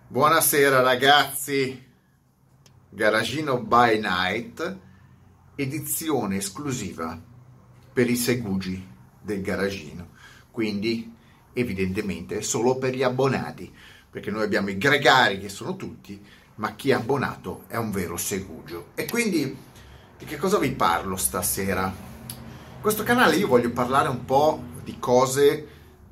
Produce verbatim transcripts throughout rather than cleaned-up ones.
Buonasera ragazzi, Garagino by Night, edizione esclusiva per i segugi del Garagino, quindi evidentemente solo per gli abbonati, perché noi abbiamo i gregari che sono tutti, ma chi è abbonato è un vero segugio. E quindi di che cosa vi parlo stasera? In questo canale io voglio parlare un po' di cose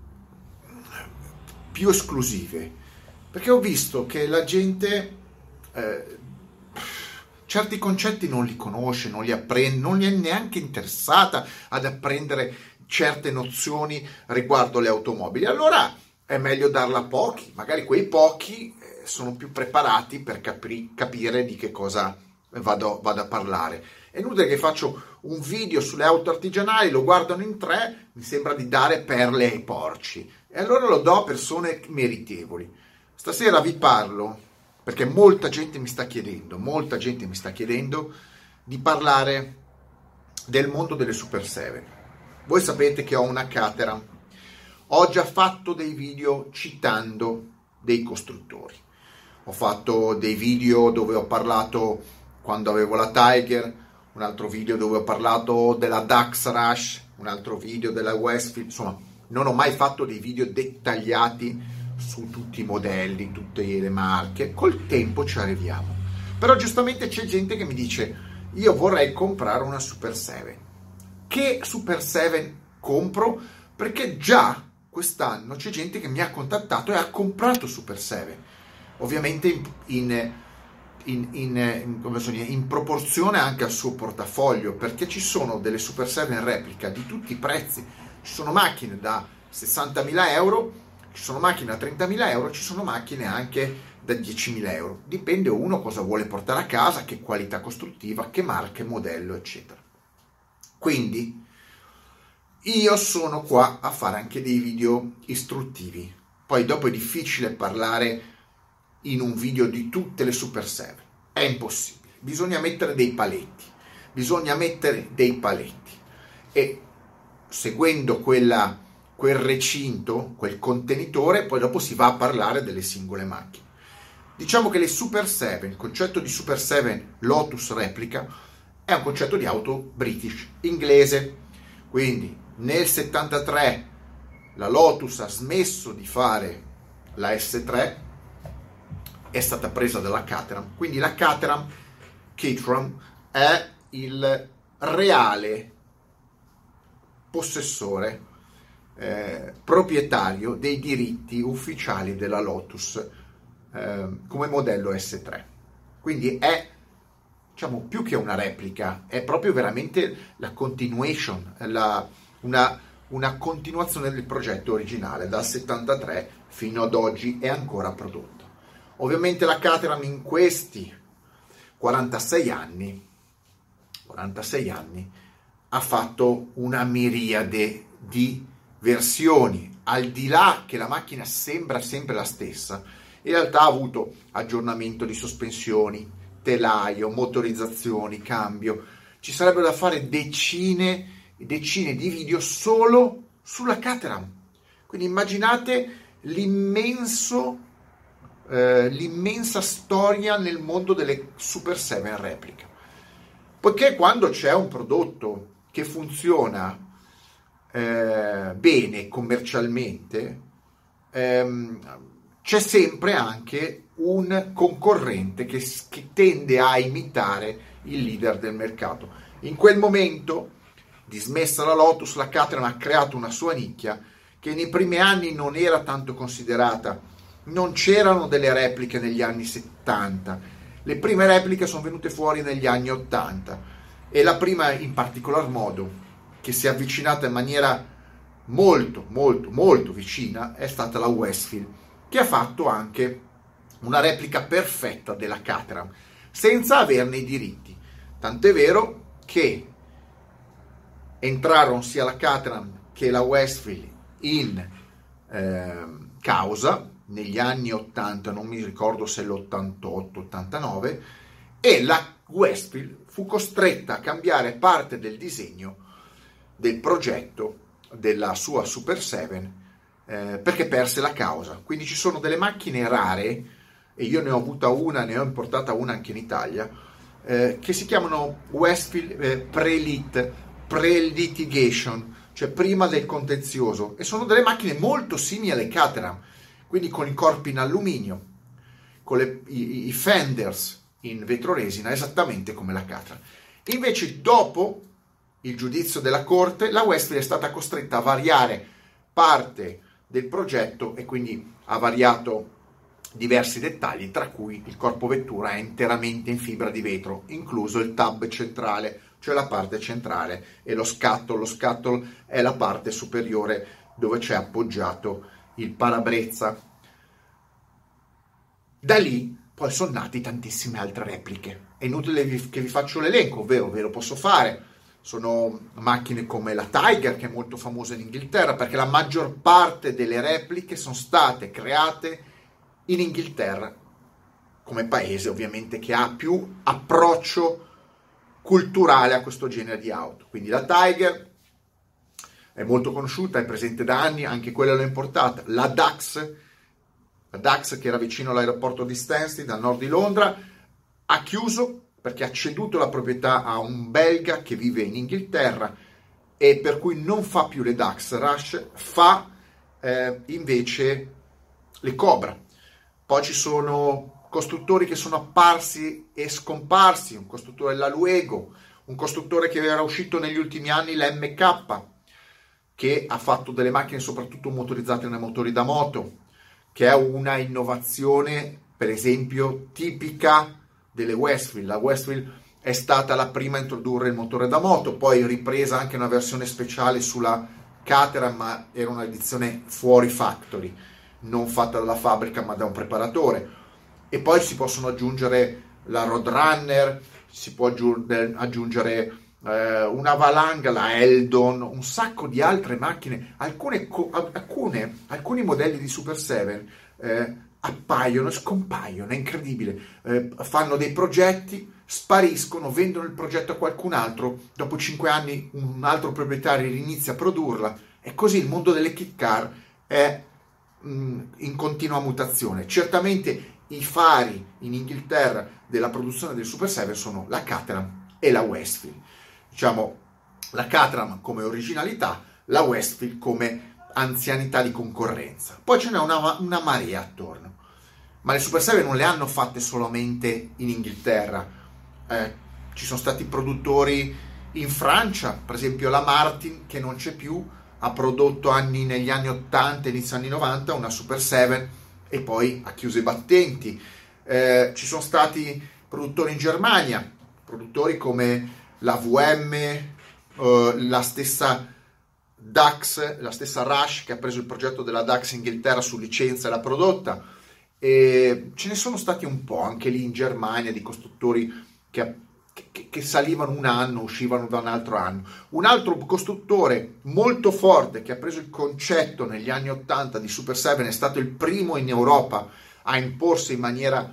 più esclusive, perché ho visto che la gente eh, certi concetti non li conosce, non li apprende, non gli è neanche interessata ad apprendere certe nozioni riguardo le automobili. Allora è meglio darla a pochi, magari quei pochi eh, sono più preparati per capri- capire di che cosa vado, vado a parlare. È inutile che faccio un video sulle auto artigianali, lo guardano in tre, mi sembra di dare perle ai porci, e allora lo do a persone meritevoli. Stasera vi parlo, perché molta gente mi sta chiedendo, molta gente mi sta chiedendo di parlare del mondo delle Super sette. Voi sapete che ho una Caterham, ho già fatto dei video citando dei costruttori, ho fatto dei video dove ho parlato quando avevo la Tiger, un altro video dove ho parlato della Dax Rush, un altro video della Westfield, insomma non ho mai fatto dei video dettagliati su tutti i modelli, tutte le marche. Col tempo ci arriviamo, però giustamente c'è gente che mi dice: io vorrei comprare una Super sette. Che Super sette compro? Perché già quest'anno c'è gente che mi ha contattato e ha comprato Super sette, ovviamente in, in, in, in, come so dire, in proporzione anche al suo portafoglio, perché ci sono delle Super sette in replica di tutti i prezzi. Ci sono macchine da sessantamila euro, ci sono macchine da trentamila euro, ci sono macchine anche da diecimila euro. Dipende uno cosa vuole portare a casa, che qualità costruttiva, che marche, modello, eccetera. Quindi io sono qua a fare anche dei video istruttivi. Poi dopo è difficile parlare in un video di tutte le Super sette. È impossibile. Bisogna mettere dei paletti. Bisogna mettere dei paletti. E seguendo quella... quel recinto, quel contenitore, poi dopo si va a parlare delle singole macchine. Diciamo che le Super sette, il concetto di Super sette Lotus Replica è un concetto di auto British, inglese. Quindi nel settantatré la Lotus ha smesso di fare la S tre, è stata presa dalla Caterham, quindi la Caterham, Caterham è il reale possessore, Eh, proprietario dei diritti ufficiali della Lotus eh, come modello S tre. Quindi è, diciamo, più che una replica, è proprio veramente la continuation, la, una, una continuazione del progetto originale dal settantatré fino ad oggi, è ancora prodotto. Ovviamente la Caterham in questi quarantasei anni quarantasei anni ha fatto una miriade di versioni, al di là che la macchina sembra sempre la stessa, in realtà ha avuto aggiornamento di sospensioni, telaio, motorizzazioni, cambio. Ci sarebbero da fare decine e decine di video solo sulla Caterham. Quindi immaginate l'immenso eh, l'immensa storia nel mondo delle Super sette in replica, poiché quando c'è un prodotto che funziona Eh, bene commercialmente, ehm, c'è sempre anche un concorrente che, che tende a imitare il leader del mercato. In quel momento, dismessa la Lotus, la Caterham ha creato una sua nicchia che nei primi anni non era tanto considerata. Non c'erano delle repliche negli anni settanta, le prime repliche sono venute fuori negli anni ottanta, e la prima in particolar modo che si è avvicinata in maniera molto, molto, molto vicina è stata la Westfield, che ha fatto anche una replica perfetta della Caterham, senza averne i diritti. Tant'è vero che entrarono sia la Caterham che la Westfield in eh, causa negli anni ottanta, non mi ricordo se l'ottantotto ottantanove, e la Westfield fu costretta a cambiare parte del disegno del progetto della sua Super sette eh, perché perse la causa. Quindi ci sono delle macchine rare e io ne ho avuta una, ne ho importata una anche in Italia, eh, che si chiamano Westfield eh, Pre-Lit, Pre-Litigation, cioè prima del contenzioso, e sono delle macchine molto simili alle Caterham, quindi con i corpi in alluminio, con le, i, i fenders in vetroresina, esattamente come la Caterham. Invece dopo il giudizio della corte, la Westfield è stata costretta a variare parte del progetto e quindi ha variato diversi dettagli, tra cui il corpo vettura è interamente in fibra di vetro, incluso il tab centrale, cioè la parte centrale, e lo scatto. Lo scatto è la parte superiore dove c'è appoggiato il parabrezza. Da lì poi sono nati tantissime altre repliche. È inutile che vi faccio l'elenco, ovvero ve lo posso fare. Sono macchine come la Tiger, che è molto famosa in Inghilterra, perché la maggior parte delle repliche sono state create in Inghilterra, come paese ovviamente che ha più approccio culturale a questo genere di auto. Quindi la Tiger è molto conosciuta, è presente da anni, anche quella l'ho importata. La Dax, la Dax che era vicino all'aeroporto di Stansted, a nord di Londra, ha chiuso perché ha ceduto la proprietà a un belga che vive in Inghilterra e per cui non fa più le Dax Rush, fa eh, invece le Cobra. Poi ci sono costruttori che sono apparsi e scomparsi, un costruttore la Luego, un costruttore che era uscito negli ultimi anni, la M K, che ha fatto delle macchine soprattutto motorizzate nei motori da moto, che è una innovazione per esempio tipica delle Westfield. La Westfield è stata la prima a introdurre il motore da moto, poi ripresa anche una versione speciale sulla Caterham, ma era una edizione fuori factory, non fatta dalla fabbrica ma da un preparatore. E poi si possono aggiungere la Roadrunner, si può aggiungere eh, una Valanga, la Eldon, un sacco di altre macchine. Alcune, alcune, alcuni modelli di Super sette eh, appaiono, scompaiono, è incredibile, eh, fanno dei progetti, spariscono, vendono il progetto a qualcun altro, dopo cinque anni un altro proprietario inizia a produrla, e così il mondo delle kit car è mh, in continua mutazione. Certamente i fari in Inghilterra della produzione del Super sette sono la Caterham e la Westfield, diciamo la Caterham come originalità, la Westfield come anzianità di concorrenza. Poi ce n'è una, una marea attorno, ma le Super sette non le hanno fatte solamente in Inghilterra, eh, ci sono stati produttori in Francia, per esempio la Martin, che non c'è più, ha prodotto anni, negli anni ottanta, inizio anni novanta, una Super sette e poi ha chiuso i battenti. Eh, ci sono stati produttori in Germania, produttori come la V M, eh, la stessa Dax, la stessa Rush, che ha preso il progetto della Dax Inghilterra su licenza e l'ha prodotta, e ce ne sono stati un po' anche lì in Germania di costruttori che, che, che salivano un anno, uscivano da un altro anno. Un altro costruttore molto forte che ha preso il concetto negli anni ottanta di Super sette, è stato il primo in Europa a imporsi in maniera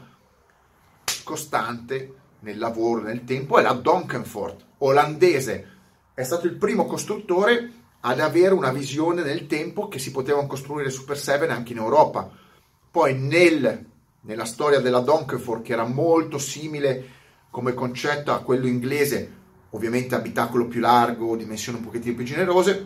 costante nel lavoro, nel tempo, è la Donkenford, olandese. È stato il primo costruttore ad avere una visione nel tempo che si potevano costruire Super sette anche in Europa. Poi nel, nella storia della Donkenford, che era molto simile come concetto a quello inglese, ovviamente abitacolo più largo, dimensioni un pochettino più generose,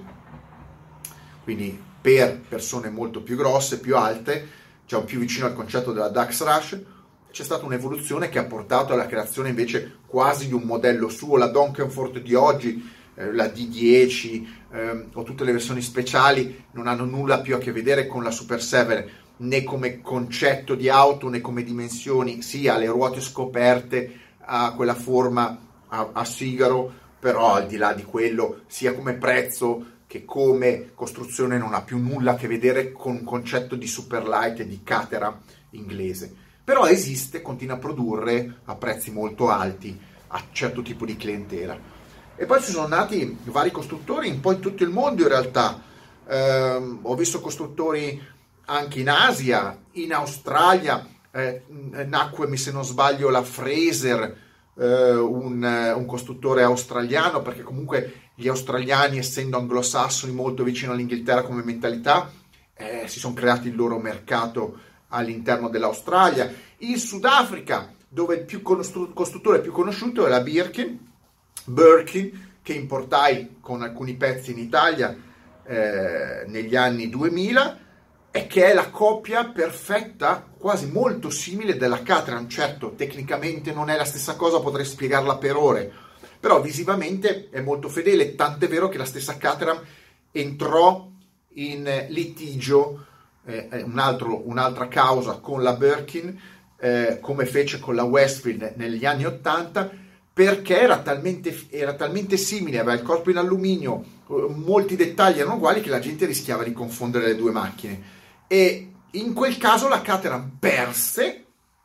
quindi per persone molto più grosse, più alte, cioè più vicino al concetto della Dax Rush, c'è stata un'evoluzione che ha portato alla creazione invece quasi di un modello suo. La Donkenford di oggi, eh, la D dieci eh, o tutte le versioni speciali non hanno nulla più a che vedere con la Super sette, né come concetto di auto né come dimensioni. Sì, ha le ruote scoperte, ha quella forma a, a sigaro, però al di là di quello, sia come prezzo che come costruzione, non ha più nulla a che vedere con un concetto di Superlight e di Caterham inglese. Però esiste, continua a produrre a prezzi molto alti a certo tipo di clientela. E poi ci sono nati vari costruttori un po' in tutto il mondo in realtà. Eh, ho visto costruttori anche in Asia, in Australia, eh, nacque, se non sbaglio, la Fraser, eh, un, un costruttore australiano, perché comunque gli australiani, essendo anglosassoni molto vicino all'Inghilterra come mentalità, eh, si sono creati il loro mercato all'interno dell'Australia, il Sudafrica, dove il più costru- costruttore più conosciuto è la Birkin, Birkin, che importai con alcuni pezzi in Italia eh, negli anni duemila, e che è la copia perfetta, quasi molto simile della Caterham. Certo, tecnicamente non è la stessa cosa, potrei spiegarla per ore, però visivamente è molto fedele, tant'è vero che la stessa Caterham entrò in litigio, eh, un altro, un'altra causa con la Birkin, eh, come fece con la Westfield negli anni ottanta, perché era talmente, era talmente simile, aveva il corpo in alluminio, molti dettagli erano uguali, che la gente rischiava di confondere le due macchine. E in quel caso la Caterham perse,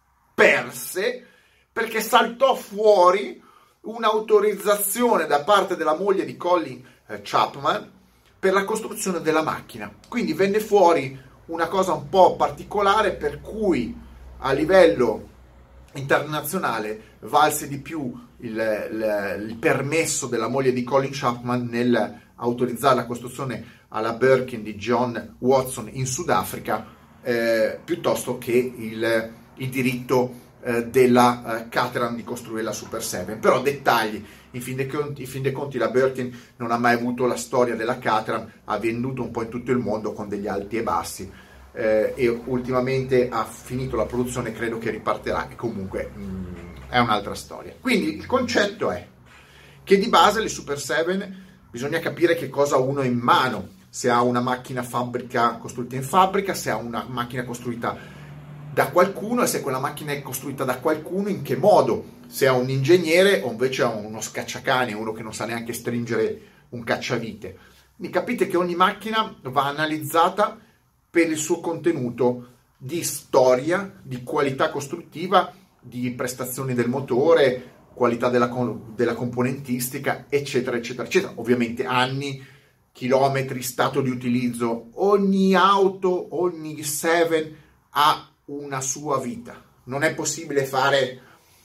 perse, perché saltò fuori un'autorizzazione da parte della moglie di Colin eh, Chapman per la costruzione della macchina. Quindi venne fuori una cosa un po' particolare, per cui a livello internazionale valse di più il, il, il permesso della moglie di Colin Chapman nel autorizzare la costruzione alla Birkin di John Watson in Sudafrica, eh, piuttosto che il, il diritto eh, della eh, Caterham di costruire la Super sette. Però dettagli, in fin, dei conti, in fin dei conti la Birkin non ha mai avuto la storia della Caterham, ha venduto un po' in tutto il mondo con degli alti e bassi, eh, e ultimamente ha finito la produzione, credo che ripartirà, e comunque mh, è un'altra storia. Quindi il concetto è che di base le Super sette bisogna capire che cosa uno ha in mano, se ha una macchina fabbrica costruita in fabbrica, se ha una macchina costruita da qualcuno, e se quella macchina è costruita da qualcuno in che modo, se ha un ingegnere o invece ha uno scacciacane, uno che non sa neanche stringere un cacciavite. Quindi capite che ogni macchina va analizzata per il suo contenuto di storia, di qualità costruttiva, di prestazioni del motore, qualità della, della componentistica, eccetera, eccetera, eccetera. Ovviamente anni, chilometri, stato di utilizzo. Ogni auto, ogni sette ha una sua vita. Non è possibile fare,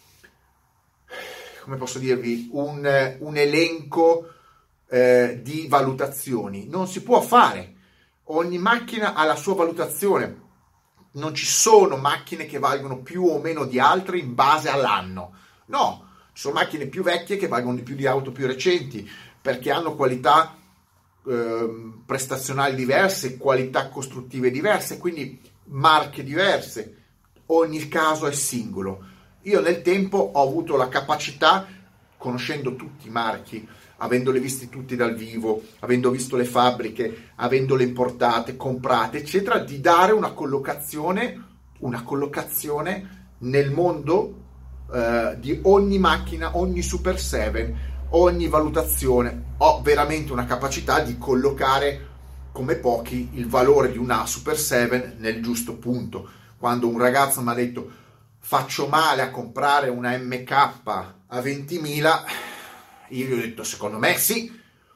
come posso dirvi, un, un elenco eh, di valutazioni. Non si può fare. Ogni macchina ha la sua valutazione. Non ci sono macchine che valgono più o meno di altre in base all'anno. No, ci sono macchine più vecchie che valgono di più di auto più recenti, perché hanno qualità eh, prestazionali diverse, qualità costruttive diverse, quindi marche diverse. Ogni caso è singolo. Io nel tempo ho avuto la capacità, conoscendo tutti i marchi, avendole visti tutti dal vivo, avendo visto le fabbriche, avendole importate, comprate, eccetera, di dare una collocazione, una collocazione nel mondo eh, di ogni macchina, ogni Super sette, ogni valutazione. Ho veramente una capacità di collocare come pochi il valore di una Super sette nel giusto punto. Quando un ragazzo mi ha detto faccio male a comprare una M K a ventimila, io gli ho detto secondo me sì,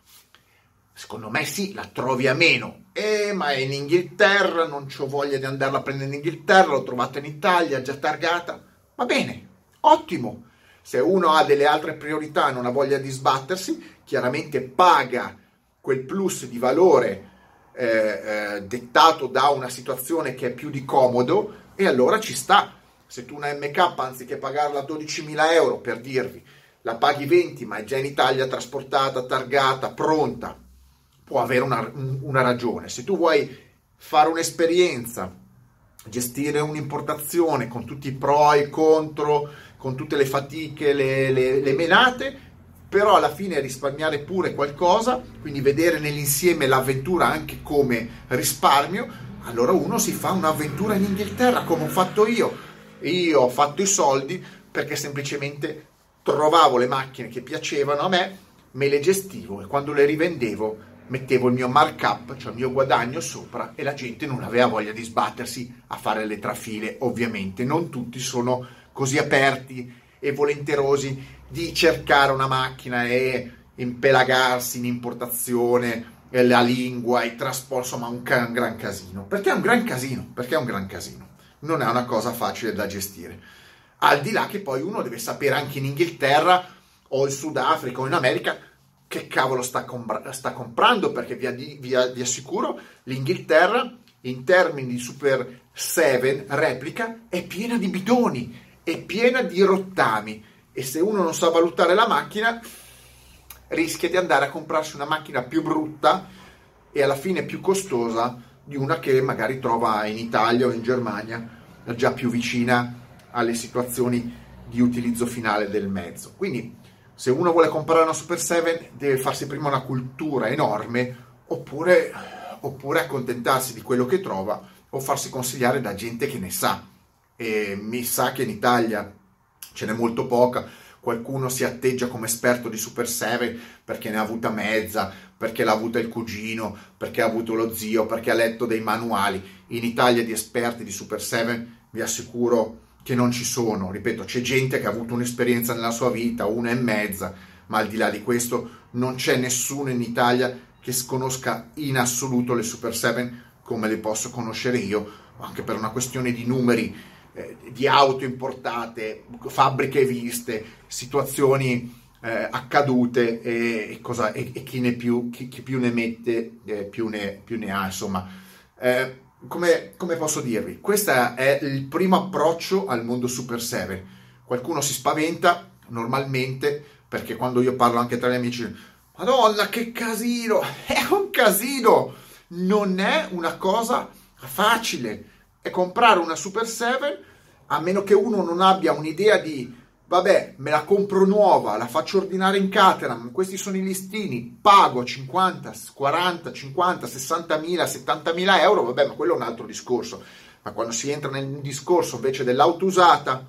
secondo me sì, la trovi a meno. Eh, ma è in Inghilterra, non c'ho voglia di andarla a prendere in Inghilterra, l'ho trovata in Italia, già targata. Va bene, ottimo. Se uno ha delle altre priorità e non ha voglia di sbattersi, chiaramente paga quel plus di valore eh, eh, dettato da una situazione che è più di comodo, e allora ci sta. Se tu una M K, anziché pagarla dodicimila euro, per dirvi, la paghi venti, ma è già in Italia trasportata, targata, pronta, può avere una, una ragione. Se tu vuoi fare un'esperienza, gestire un'importazione con tutti i pro e i contro, con tutte le fatiche, le, le, le menate, però alla fine risparmiare pure qualcosa, quindi vedere nell'insieme l'avventura anche come risparmio, allora uno si fa un'avventura in Inghilterra, come ho fatto io. Io ho fatto i soldi perché semplicemente trovavo le macchine che piacevano a me, me le gestivo, e quando le rivendevo mettevo il mio markup, cioè il mio guadagno sopra, e la gente non aveva voglia di sbattersi a fare le trafile. Ovviamente non tutti sono così aperti e volenterosi di cercare una macchina e impelagarsi in importazione, la lingua, i trasporti, insomma un, ca- un gran casino. Perché è un gran casino? Perché è un gran casino. Non è una cosa facile da gestire. Al di là che poi uno deve sapere anche in Inghilterra o in Sudafrica o in America che cavolo sta, compra- sta comprando, perché vi, vi, vi assicuro, l'Inghilterra in termini di Super sette replica è piena di bidoni, è piena di rottami, e se uno non sa valutare la macchina rischia di andare a comprarsi una macchina più brutta e alla fine più costosa di una che magari trova in Italia o in Germania, già più vicina alle situazioni di utilizzo finale del mezzo. Quindi se uno vuole comprare una Super sette deve farsi prima una cultura enorme, oppure, oppure accontentarsi di quello che trova o farsi consigliare da gente che ne sa. E mi sa che in Italia ce n'è molto poca. Qualcuno si atteggia come esperto di Super sette perché ne ha avuta mezza, perché l'ha avuta il cugino, perché ha avuto lo zio, perché ha letto dei manuali. In Italia di esperti di Super sette vi assicuro che non ci sono. Ripeto, c'è gente che ha avuto un'esperienza nella sua vita, una e mezza, ma al di là di questo non c'è nessuno in Italia che conosca in assoluto le Super sette come le posso conoscere io, anche per una questione di numeri, eh, di auto importate, fabbriche viste, situazioni eh, accadute e, e, cosa, e, e chi, ne più, chi, chi più ne mette eh, più, ne, più ne ha, insomma. Eh, come, come posso dirvi? Questo è il primo approccio al mondo Super sette. Qualcuno si spaventa normalmente perché quando io parlo anche tra gli amici, Madonna che casino, è un casino, non è una cosa facile, è comprare una Super sette, a meno che uno non abbia un'idea di vabbè, me la compro nuova, la faccio ordinare in Caterham, questi sono i listini, pago cinquanta, quaranta, cinquanta, sessantamila, settantamila euro, vabbè, ma quello è un altro discorso. Ma quando si entra nel discorso invece dell'auto usata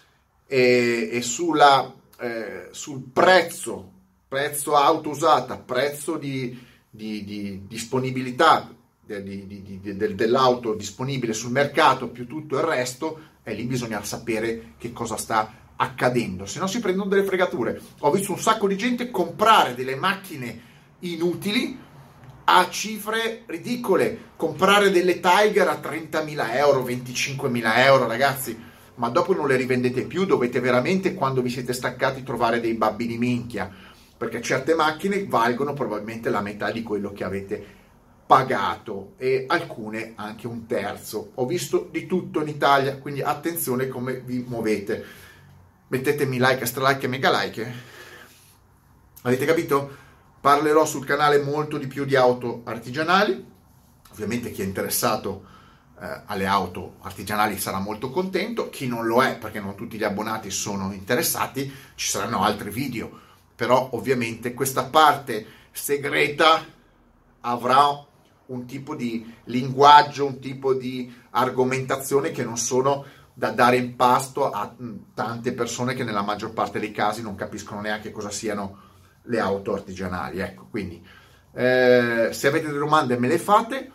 e, e sulla, eh, sul prezzo, prezzo auto usata, prezzo di, di, di disponibilità di, di, di, de, dell'auto disponibile sul mercato, più tutto il resto, e lì bisogna sapere che cosa sta accadendo, se no si prendono delle fregature. Ho visto un sacco di gente comprare delle macchine inutili a cifre ridicole, comprare delle Tiger a trentamila euro, venticinquemila euro, ragazzi, ma dopo non le rivendete più, dovete veramente, quando vi siete staccati, trovare dei babbi di minchia, perché certe macchine valgono probabilmente la metà di quello che avete pagato e alcune anche un terzo. Ho visto di tutto in Italia, quindi attenzione come vi muovete. Mettetemi like, extra like e mega like. Avete capito? Parlerò sul canale molto di più di auto artigianali. Ovviamente chi è interessato eh, alle auto artigianali sarà molto contento. Chi non lo è, perché non tutti gli abbonati sono interessati, ci saranno altri video. Però ovviamente questa parte segreta avrà un tipo di linguaggio, un tipo di argomentazione che non sono da dare in pasto a tante persone che nella maggior parte dei casi non capiscono neanche cosa siano le auto artigianali. Ecco, quindi eh, se avete delle domande me le fate,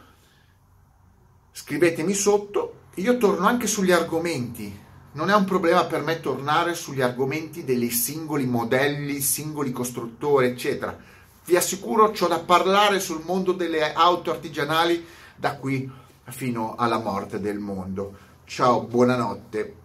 scrivetemi sotto, io torno anche sugli argomenti, non è un problema per me tornare sugli argomenti dei singoli modelli, singoli costruttori, eccetera. Vi assicuro, c'ho da parlare sul mondo delle auto artigianali da qui fino alla morte del mondo. Ciao, buonanotte.